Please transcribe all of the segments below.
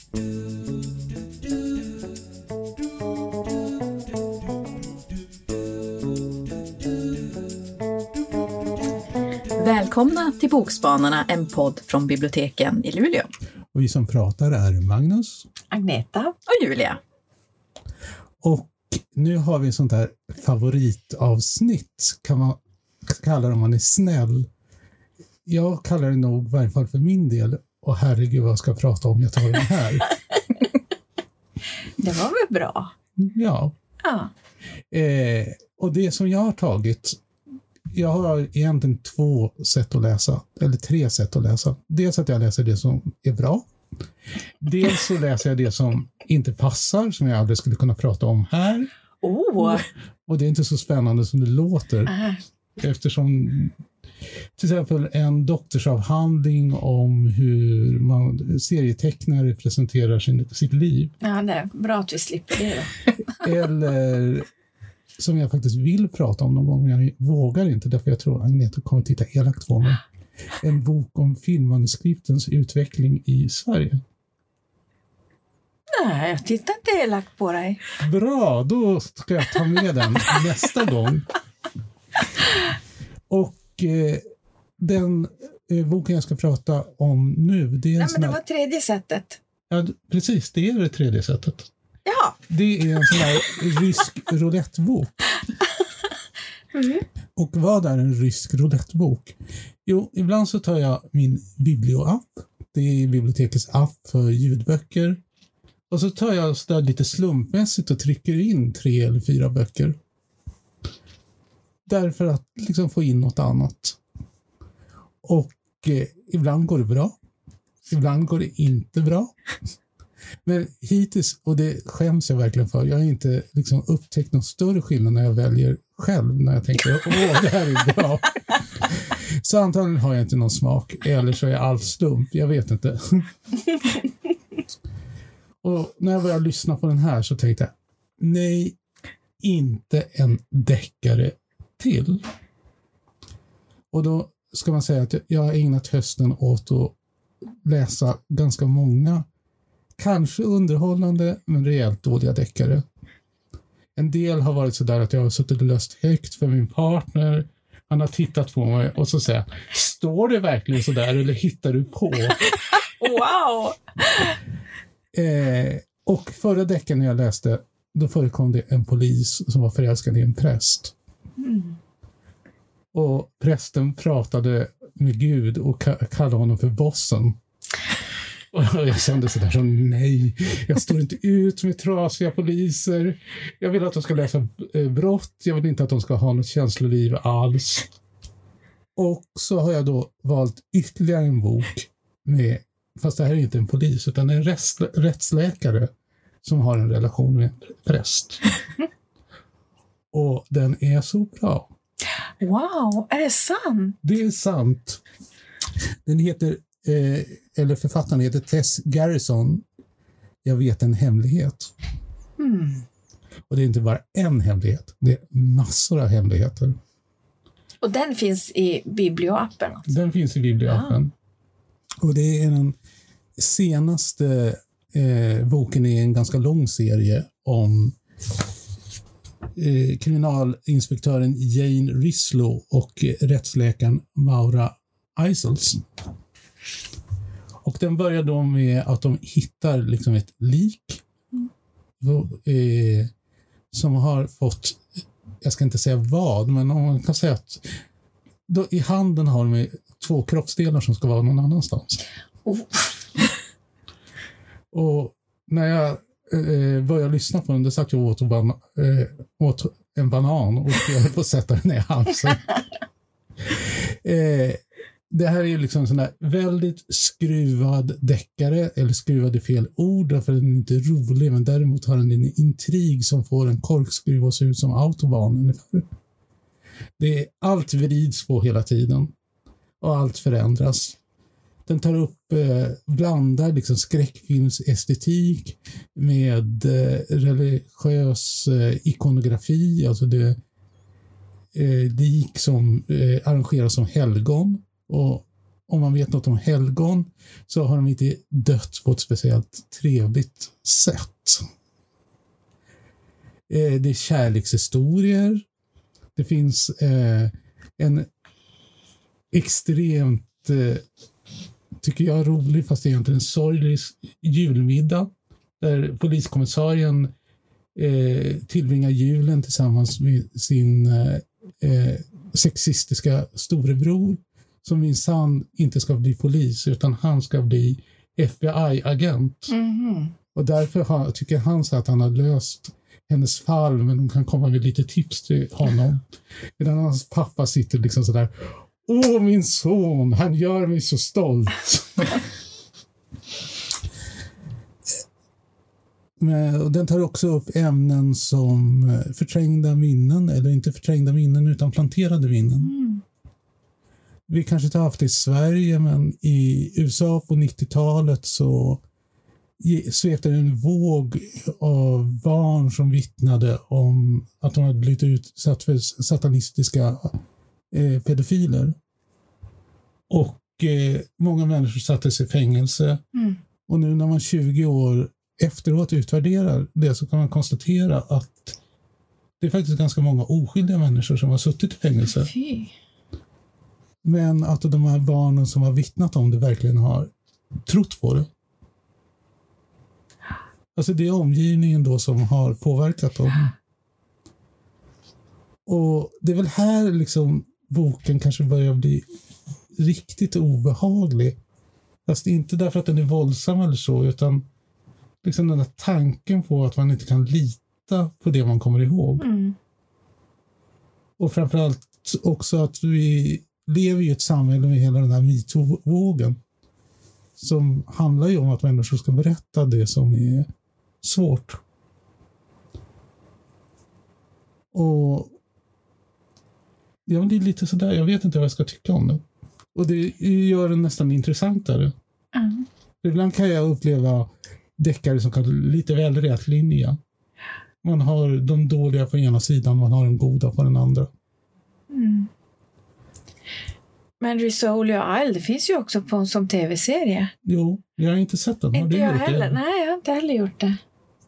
Välkomna till Bokspanarna, en podd från biblioteken i Luleå. Och vi som pratar är Magnus, Agneta och Julia. Och nu har vi ett sånt här favoritavsnitt, kan man kalla det om man är snäll. Jag kallar det nog i varje fall för min del. Och herregud vad jag ska prata om, jag tar den här. Det var väl bra? Ja. Och det som jag har tagit, jag har egentligen 2 sätt att läsa, eller 3 sätt att läsa. Dels att jag läser det som är bra. Dels så läser jag det som inte passar, som jag aldrig skulle kunna prata om här. Och det är inte så spännande som det låter. Eftersom till exempel en doktorsavhandling om hur serietecknare presenterar sitt liv. Ja, det är bra att vi slipper det då. Eller som jag faktiskt vill prata om någon gång, men jag vågar inte därför jag tror Agneta kommer titta elakt på mig. En bok om filmmanuskriptens utveckling i Sverige. Nej, jag tittar inte elakt på dig. Bra, då ska jag ta med den nästa gång. Och den boken jag ska prata om nu, det är Nej, men det var tredje sättet. Ja, precis, det är det tredje sättet. Ja. Det är en sån här rysk roulettebok. Och vad är en rysk roulettebok? Jo, ibland så tar jag min biblioapp. Det är bibliotekets app för ljudböcker. Och så tar jag så där lite slumpmässigt och trycker in 3 eller 4 böcker. Därför att liksom få in något annat. Och ibland går det bra. Ibland går det inte bra. Men hittills, och det skäms jag verkligen för, jag har inte liksom upptäckt någon större skillnad när jag väljer själv. När jag tänker, det här är bra. Så antagligen har jag inte någon smak. Eller så är jag allt slump, jag vet inte. Och när jag började lyssna på den här så tänkte jag, nej, inte en deckare till. Och då ska man säga att jag har ägnat hösten åt att läsa ganska många, kanske underhållande men rejält dåliga deckare. En del har varit så där att jag har suttit och löst högt för min partner. Han har tittat på mig och så säger, står det verkligen så där eller hittar du på? Wow! Och förra deckaren jag läste, då förekom det en polis som var förälskad i en präst. Och prästen pratade med Gud och kallade honom för bossen. Och jag kände sådär som, nej, jag står inte ut med trasiga poliser. Jag vill att de ska läsa brott. Jag vill inte att de ska ha något känsloliv alls. Och så har jag då valt ytterligare en bok med, fast det här är inte en polis utan en rättsläkare som har en relation med en präst. Och den är så bra. Wow, är det sant? Det är sant. Den heter, eller författaren heter Tess Garrison. Jag vet en hemlighet. Och det är inte bara en hemlighet. Det är massor av hemligheter. Och den finns i biblioappen? Alltså. Den finns i biblioappen. Och det är den senaste boken i en ganska lång serie om kriminalinspektören Jane Rislow och rättsläkaren Maura Eisels. Och den börjar då med att de hittar liksom ett lik som har fått, jag ska inte säga vad, men om man kan säga att då, i handen har de 2 kroppsdelar som ska vara någon annanstans. Och när jag började lyssna på den, det satt jag åt en banan och jag höll på att sätta den i halsen. Det här är ju liksom sån där väldigt skruvad deckare, eller skruvad i fel ord därför att den är inte rolig, men däremot har den en intrig som får en korkskruv att se ut som autobahn. Det är allt vrids på hela tiden och allt förändras. Den tar upp, blandar liksom skräckfilmsestetik med religiös ikonografi, alltså det lik som arrangeras som helgon. Och om man vet något om helgon så har de inte dött på ett speciellt trevligt sätt. Det är kärlekshistorier. Det finns en extremt, tycker jag, rolig, fast egentligen en sorglig julmiddag där poliskommissarien tillbringar julen tillsammans med sin sexistiska storebror som minsann inte ska bli polis utan han ska bli FBI-agent. Mhm. Och därför tycker han så att han har löst hennes fall, men de kan komma med lite tips till honom. Medan hans pappa sitter liksom sådär: åh, min son, han gör mig så stolt. Och den tar också upp ämnen som förträngda minnen, eller inte förträngda minnen utan planterade minnen. Mm. Vi kanske inte har haft det i Sverige, men i USA på 90-talet så svepte en våg av barn som vittnade om att de hade blivit utsatt för satanistiska pedofiler. Och många människor sattes i fängelse. Mm. Och nu när man 20 år efteråt utvärderar det så kan man konstatera att det är faktiskt ganska många oskyldiga människor som har suttit i fängelse. Fy. Men att de här barnen som har vittnat om det verkligen har trott på det. Alltså det är omgivningen då som har påverkat dem. Och det är väl här liksom boken kanske börjar bli riktigt obehaglig. Fast inte därför att den är våldsam eller så, utan liksom den här tanken på att man inte kan lita på det man kommer ihåg. Mm. Och framförallt också att vi lever i ett samhälle med hela den här MeToo-vågen som handlar ju om att människor ska berätta det som är svårt. Och ja, det är lite sådär, jag vet inte vad jag ska tycka om det. Och det gör det nästan intressantare. Mm. Ibland kan jag uppleva deckare som kan vara lite väl rätlinjiga. Man har de dåliga på ena sidan, man har de goda på den andra. Mm. Men Rizzoli Isle, det finns ju också som tv-serie. Jo, jag har inte sett den. Har Inte du jag gjort heller. det? Nej, jag har inte heller gjort det.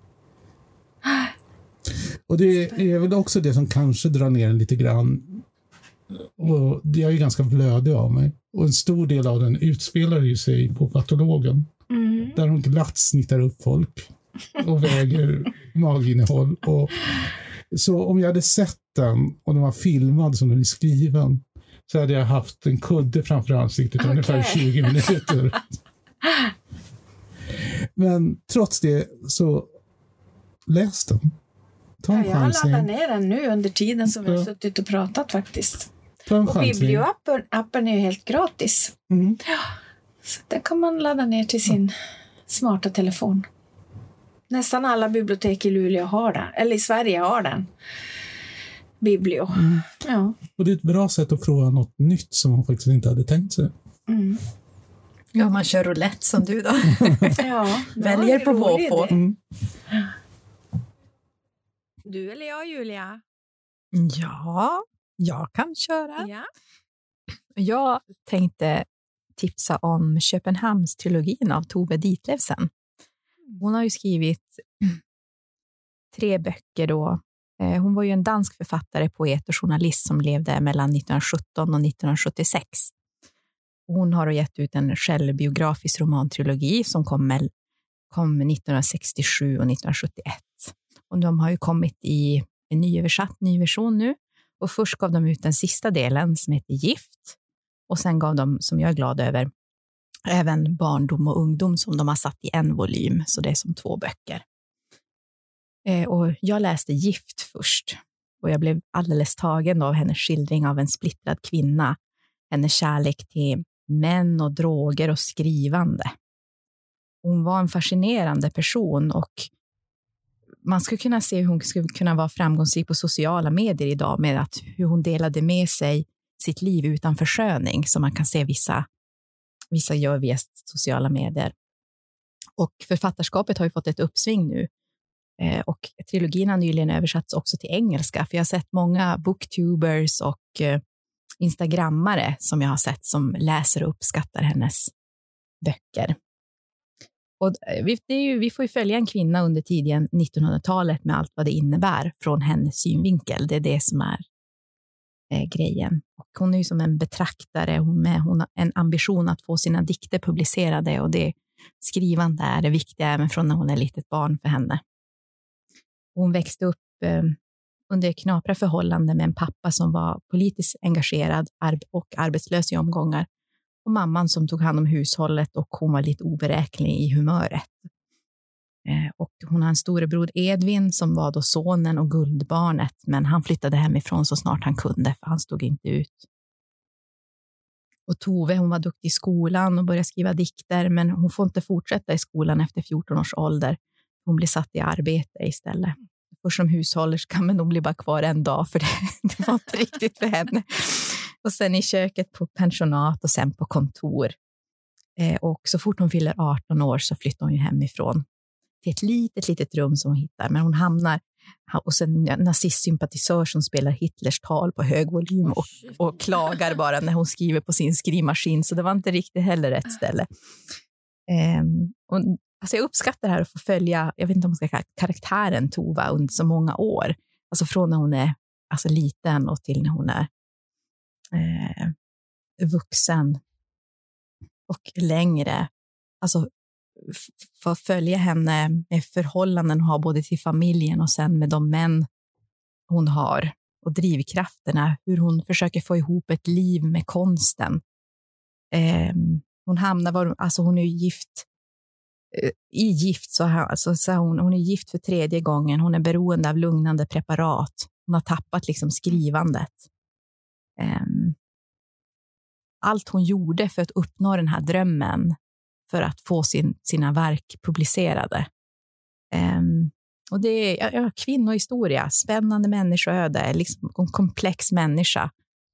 Och det är väl också det som kanske drar ner en lite grann. Och det är ju ganska blödig av mig. Och en stor del av den utspelar ju sig på patologen. Mm. Där hon glatt snittar upp folk och väger maginnehåll. Och så om jag hade sett den och den var filmad som den är skriven så hade jag haft en kudde framför ansiktet ungefär 20 minuter. Men trots det så läs den. Ta en Jag har chansning. laddat ner den nu under tiden som vi har suttit och pratat faktiskt. Ta en Och chansning. Biblio-appen är ju helt gratis. Mm. Så där kan man ladda ner till sin smarta telefon. Nästan alla bibliotek i Luleå har den. Eller i Sverige har den. Biblio. Mm. Ja. Och det är ett bra sätt att prova något nytt som man faktiskt inte hade tänkt sig. Mm. Ja, man kör roulette som du då. Ja, Väljer på måfå. Mm. Du eller jag, Julia? Ja, jag kan köra. Ja. Jag tänkte tipsa om Köpenhamns-trilogin av Tove Ditlevsen. Hon har ju skrivit 3 böcker då. Hon var ju en dansk författare, poet och journalist som levde mellan 1917 och 1976. Hon har gett ut en självbiografisk romantrilogi som kom 1967 och 1971. Och de har ju kommit i en nyöversatt ny version nu. Och först gav de ut den sista delen som heter Gift. Och sen gav de, som jag är glad över, även Barndom och ungdom som de har satt i en volym. Så det är som 2 böcker. Och jag läste Gift först. Och jag blev alldeles tagen av hennes skildring av en splittrad kvinna. Hennes kärlek till män och droger och skrivande. Hon var en fascinerande person och man skulle kunna se hur hon skulle kunna vara framgångsrik på sociala medier idag med att hur hon delade med sig sitt liv utan försköning som man kan se vissa gör via sociala medier. Och författarskapet har ju fått ett uppsving nu. Och trilogin har nyligen översatts också till engelska. För jag har sett många booktubers och instagrammare som jag har sett som läser och uppskattar hennes böcker. Och vi får ju följa en kvinna under tidiga 1900-talet med allt vad det innebär från hennes synvinkel. Det är det som är grejen. Och hon är ju som en betraktare. Hon har en ambition att få sina dikter publicerade, och det skrivande är det viktiga även från när hon är litet barn för henne. Hon växte upp under knapra förhållanden med en pappa som var politiskt engagerad och arbetslös i omgångar. Och mamman som tog hand om hushållet, och hon var lite oberäknelig i humöret. Och hon har en storebror Edvin som var då sonen och guldbarnet, men han flyttade hemifrån så snart han kunde för han stod inte ut. Och Tove, hon var duktig i skolan och började skriva dikter, men hon får inte fortsätta i skolan efter 14 års ålder. Hon blir satt i arbete istället. Först som hushållerska, men hon blir bara kvar en dag för det var inte riktigt för henne. Och sen i köket på pensionat och sen på kontor. Och så fort hon fyller 18 år så flyttar hon ju hemifrån till ett litet rum som hon hittar. Men hon hamnar hos en nazistsympatisör som spelar Hitlers tal på hög volym och klagar bara när hon skriver på sin skrivmaskin. Så det var inte riktigt heller rätt ställe. Alltså jag uppskattar det här att få följa, jag vet inte om man ska kalla karaktären Tova under så många år. Alltså från när hon är liten och till när hon är vuxen och längre. Alltså för att följa henne med förhållanden hon har både till familjen och sen med de män hon har och drivkrafterna, hur hon försöker få ihop ett liv med konsten. Hon är ju gift hon är gift för 3:e gången. Hon är beroende av lugnande preparat. Hon har tappat liksom skrivandet. Allt hon gjorde för att uppnå den här drömmen, för att få sina verk publicerade. Och det är kvinnohistoria, spännande människoöde, liksom en komplex människa.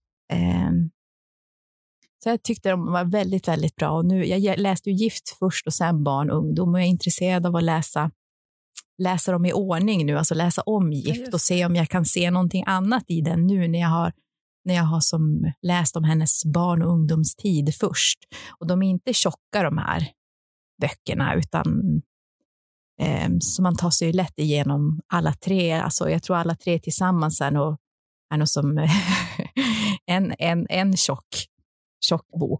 Så jag tyckte de var väldigt, väldigt bra. Och nu, jag läste ju Gift först och sen Barn och ungdom, och jag är intresserad av att läsa dem i ordning nu, alltså läsa om Gift och se om jag kan se någonting annat i den nu när jag har som läst om hennes barn- och ungdomstid först. Och de är inte tjocka de här böckerna, utan så man tar sig lätt igenom alla tre. Alltså jag tror alla tre tillsammans är nog som en tjock bok.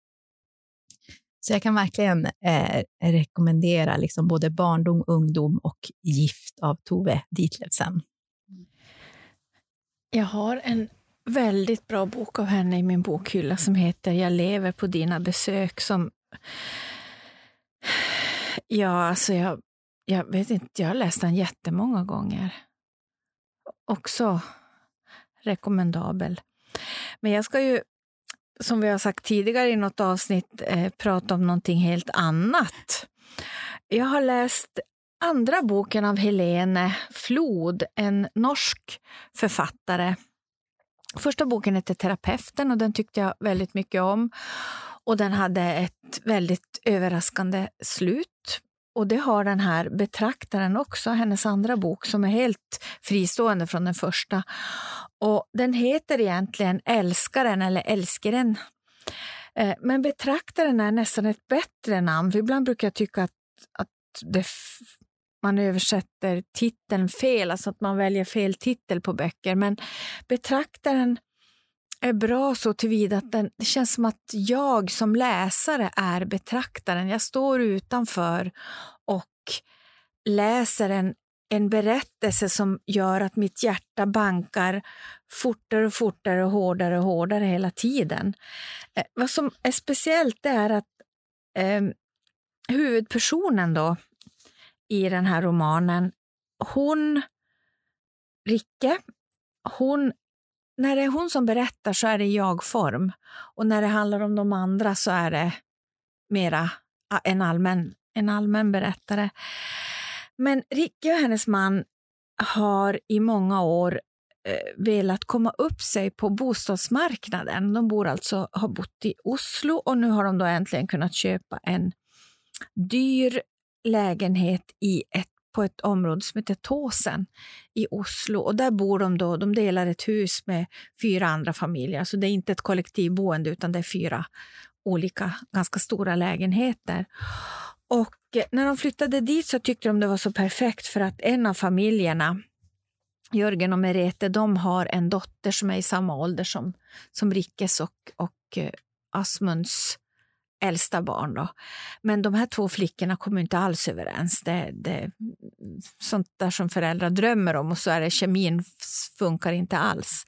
Så jag kan verkligen rekommendera liksom både Barndom, ungdom och Gift av Tove Ditlevsen. Jag har en väldigt bra bok av henne i min bokhylla som heter Jag lever på dina besök, som jag vet inte, jag har läst den jättemånga gånger. Också rekommendabel. Men jag ska ju, som vi har sagt tidigare i något avsnitt, prata om någonting helt annat. Jag har läst andra boken av Helene Flod, en norsk författare. Första boken heter Terapeuten och den tyckte jag väldigt mycket om. Och den hade ett väldigt överraskande slut. Och det har den här Betraktaren också, hennes andra bok som är helt fristående från den första. Och den heter egentligen Älskaren eller Älskaren. Men Betraktaren är nästan ett bättre namn. För ibland brukar jag tycka att man översätter titeln fel, alltså att man väljer fel titel på böcker. Men Betraktaren är bra så tillvida att det känns som att jag som läsare är betraktaren. Jag står utanför och läser en berättelse som gör att mitt hjärta bankar fortare och fortare och hårdare hela tiden. Vad som är speciellt är att huvudpersonen då i den här romanen, Rikke, när det är hon som berättar så är det jag-form. Och när det handlar om de andra så är det mera en allmän berättare. Men Rikke och hennes man har i många år velat komma upp sig på bostadsmarknaden. De har bott i Oslo och nu har de då äntligen kunnat köpa en dyr lägenhet i ett på ett område som heter Tåsen i Oslo. Och där bor de då, de delar ett hus med 4 andra familjer. Så det är inte ett kollektivboende utan det är 4 olika ganska stora lägenheter. Och när de flyttade dit så tyckte de det var så perfekt för att en av familjerna, Jörgen och Merete, de har en dotter som är i samma ålder som Rickes och Asmunds äldsta barn då. Men de här 2 flickorna kommer inte alls överens. Det sånt där som föräldrar drömmer om och så är det, kemin funkar inte alls.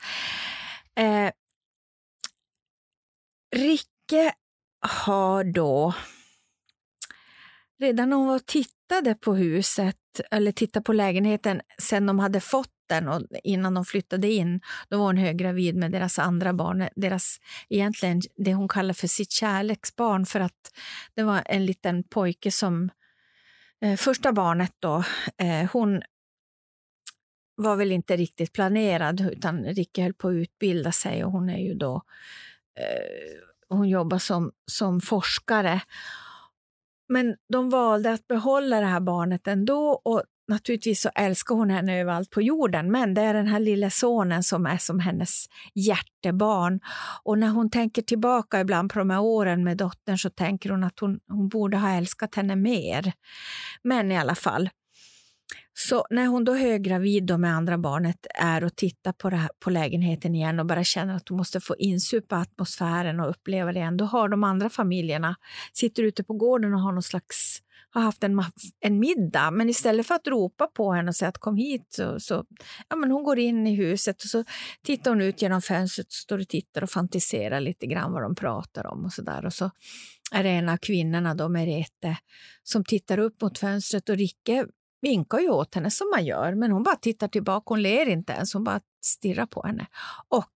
Ricke har då redan när hon tittade på huset eller tittade på lägenheten sen de hade fått den och innan de flyttade in, då var hon höggravid med deras andra barn, deras egentligen det hon kallar för sitt kärleksbarn, för att det var en liten pojke som första barnet då, hon var väl inte riktigt planerad utan Ricke höll på att utbilda sig och hon är ju då hon jobbar som forskare. Men de valde att behålla det här barnet ändå och naturligtvis så älskar hon henne överallt på jorden, men det är den här lilla sonen som är som hennes hjärtebarn. Och när hon tänker tillbaka ibland på de här åren med dottern så tänker hon att hon borde ha älskat henne mer. Men i alla fall. Så när hon då höggravid då med andra barnet är och tittar på lägenheten igen och bara känner att hon måste få insupa atmosfären och uppleva det igen, då har de andra familjerna sitter ute på gården och har någon slags har haft en middag, men istället för att ropa på henne och säga att kom hit så ja, men hon går in i huset och så tittar hon ut genom fönstret och står och tittar och fantiserar lite grann vad de pratar om och sådär. Och så är det en av kvinnorna då, Merete, som tittar upp mot fönstret och Ricke vinkar ju åt henne som man gör, men hon bara tittar tillbaka, hon ler inte ens, hon bara stirrar på henne. Och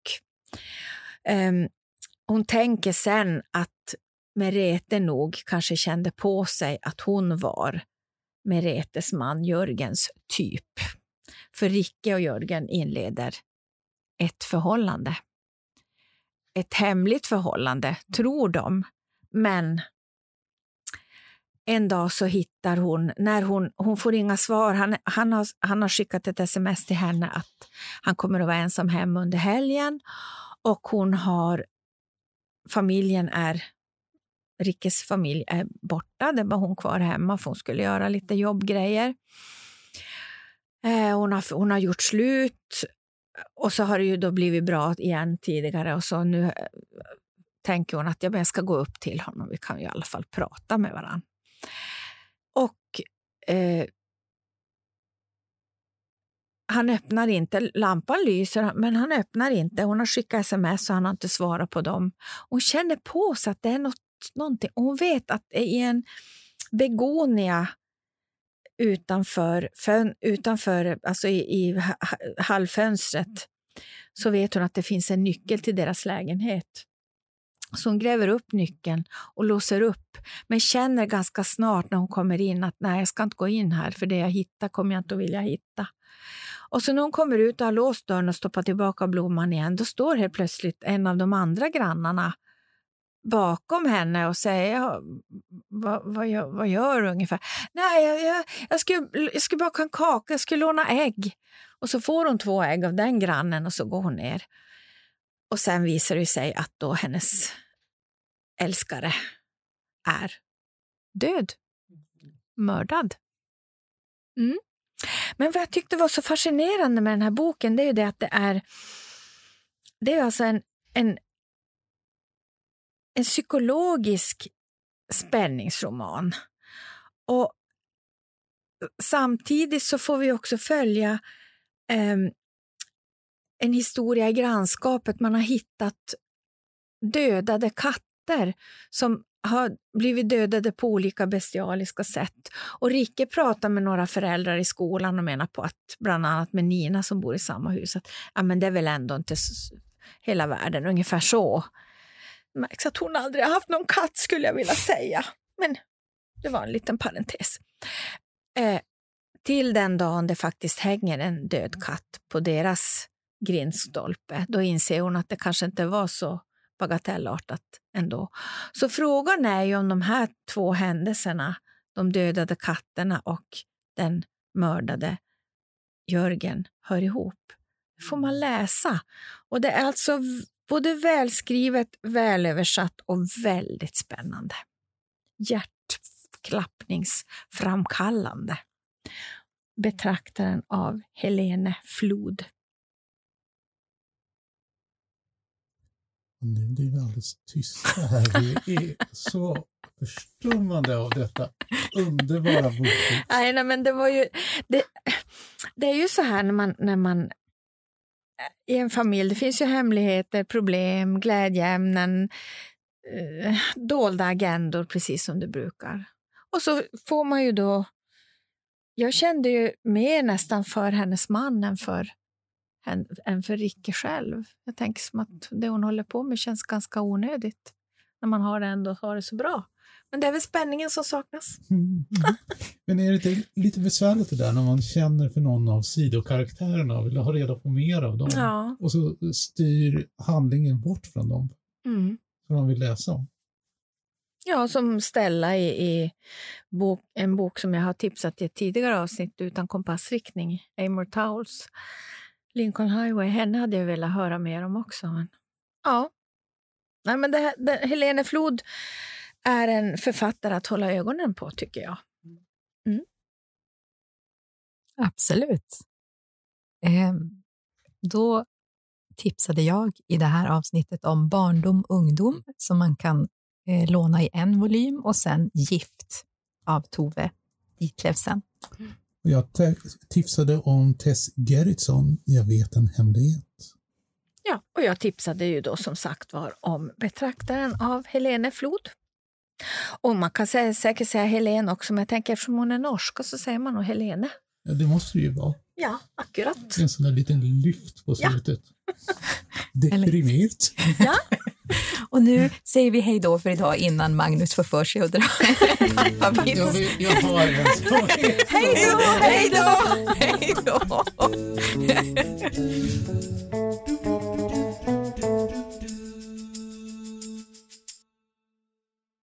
hon tänker sen att Merete nog kanske kände på sig att hon var Meretes man Jörgens typ. För Ricke och Jörgen inleder ett förhållande. Ett hemligt förhållande, tror de. Men en dag så hittar hon, när hon får inga svar, han har skickat ett sms till henne att han kommer att vara ensam hem under helgen. Och Rickes familj är borta, det var hon kvar hemma för hon skulle göra lite jobbgrejer. Hon har gjort slut och så har det ju då blivit bra igen tidigare och så nu tänker hon att jag ska gå upp till honom, vi kan ju i alla fall prata med varandra. Och han öppnar inte, lampan lyser men han öppnar inte, hon har skickat sms och han har inte svarat på dem. Hon känner på sig att det är någonting. Och hon vet att i en begonia utanför alltså i halvfönstret så vet hon att det finns en nyckel till deras lägenhet. Så hon gräver upp nyckeln och låser upp, men känner ganska snart när hon kommer in att nej, jag ska inte gå in här för det jag hittar kommer jag inte att vilja hitta. Och så när hon kommer ut och har låst dörren och stoppar tillbaka blomman igen, då står helt plötsligt en av de andra grannarna bakom henne och säger vad gör du ungefär? Nej, jag skulle baka en kaka, jag skulle låna ägg. Och så får hon 2 ägg av den grannen och så går hon ner. Och sen visar det sig att då hennes älskare är död. Mördad. Men vad jag tyckte var så fascinerande med den här boken, det är ju det att det är alltså en psykologisk spänningsroman. Och samtidigt så får vi också följa en historia i grannskapet. Man har hittat dödade katter som har blivit dödade på olika bestialiska sätt. Och Ricke pratar med några föräldrar i skolan och menar på att bland annat med Nina som bor i samma hus att ja, men det är väl ändå inte hela världen, ungefär så. Det märks att hon aldrig har haft någon katt skulle jag vilja säga. Men det var en liten parentes. Till den dagen det faktiskt hänger en död katt på deras grindstolpe, då inser hon att det kanske inte var så bagatellartat ändå. Så frågan är ju om de här 2 händelserna, de dödade katterna och den mördade Jörgen hör ihop. Det får man läsa. Och det är alltså både välskrivet, välöversatt och väldigt spännande. Hjärtklappningsframkallande. Betraktaren av Helene Flod. Nu blir vi alldeles tysta här. Vi är så förstummande av detta underbara boktips. Nej, men det var ju... Det är ju så här när man i en familj, det finns ju hemligheter, problem, glädjeämnen, dolda agendor, precis som det brukar. Och så får man ju då... Jag kände ju mer nästan för hennes man än för Rikke själv. Jag tänker som att det hon håller på med känns ganska onödigt när man har det så bra. Men det är väl spänningen som saknas. Men är det inte lite besvärligt det där när man känner för någon av sidokaraktärerna och vill ha reda på mer av dem? Ja. Och så styr handlingen bort från dem som man vill läsa om. Ja, som Stella i en bok som jag har tipsat i ett tidigare avsnitt, Utan kompassriktning, Amor Towles, Lincoln Highway. Henne hade jag velat höra mer om också. Men, ja. Nej, men Helene Flod är en författare att hålla ögonen på, tycker jag. Absolut. Då tipsade jag i det här avsnittet om barndom, ungdom som man kan låna i en volym och sen Gift av Tove Ditlevsen. Jag tipsade om Tess Gerritsen, Jag vet en hemlighet. Ja, och jag tipsade ju då som sagt var om Betraktaren av Helene Flod. Och man kan säkert säga Helene också, men jag tänker eftersom hon är norska så säger man nog Helene. Ja, det måste det ju vara. Ja, akkurat. En sån där liten lyft på slutet. Ja. Deprimerat. Ja. Och nu säger vi hej då för idag innan Magnus får för sig att dra jag har en sak. Hej då!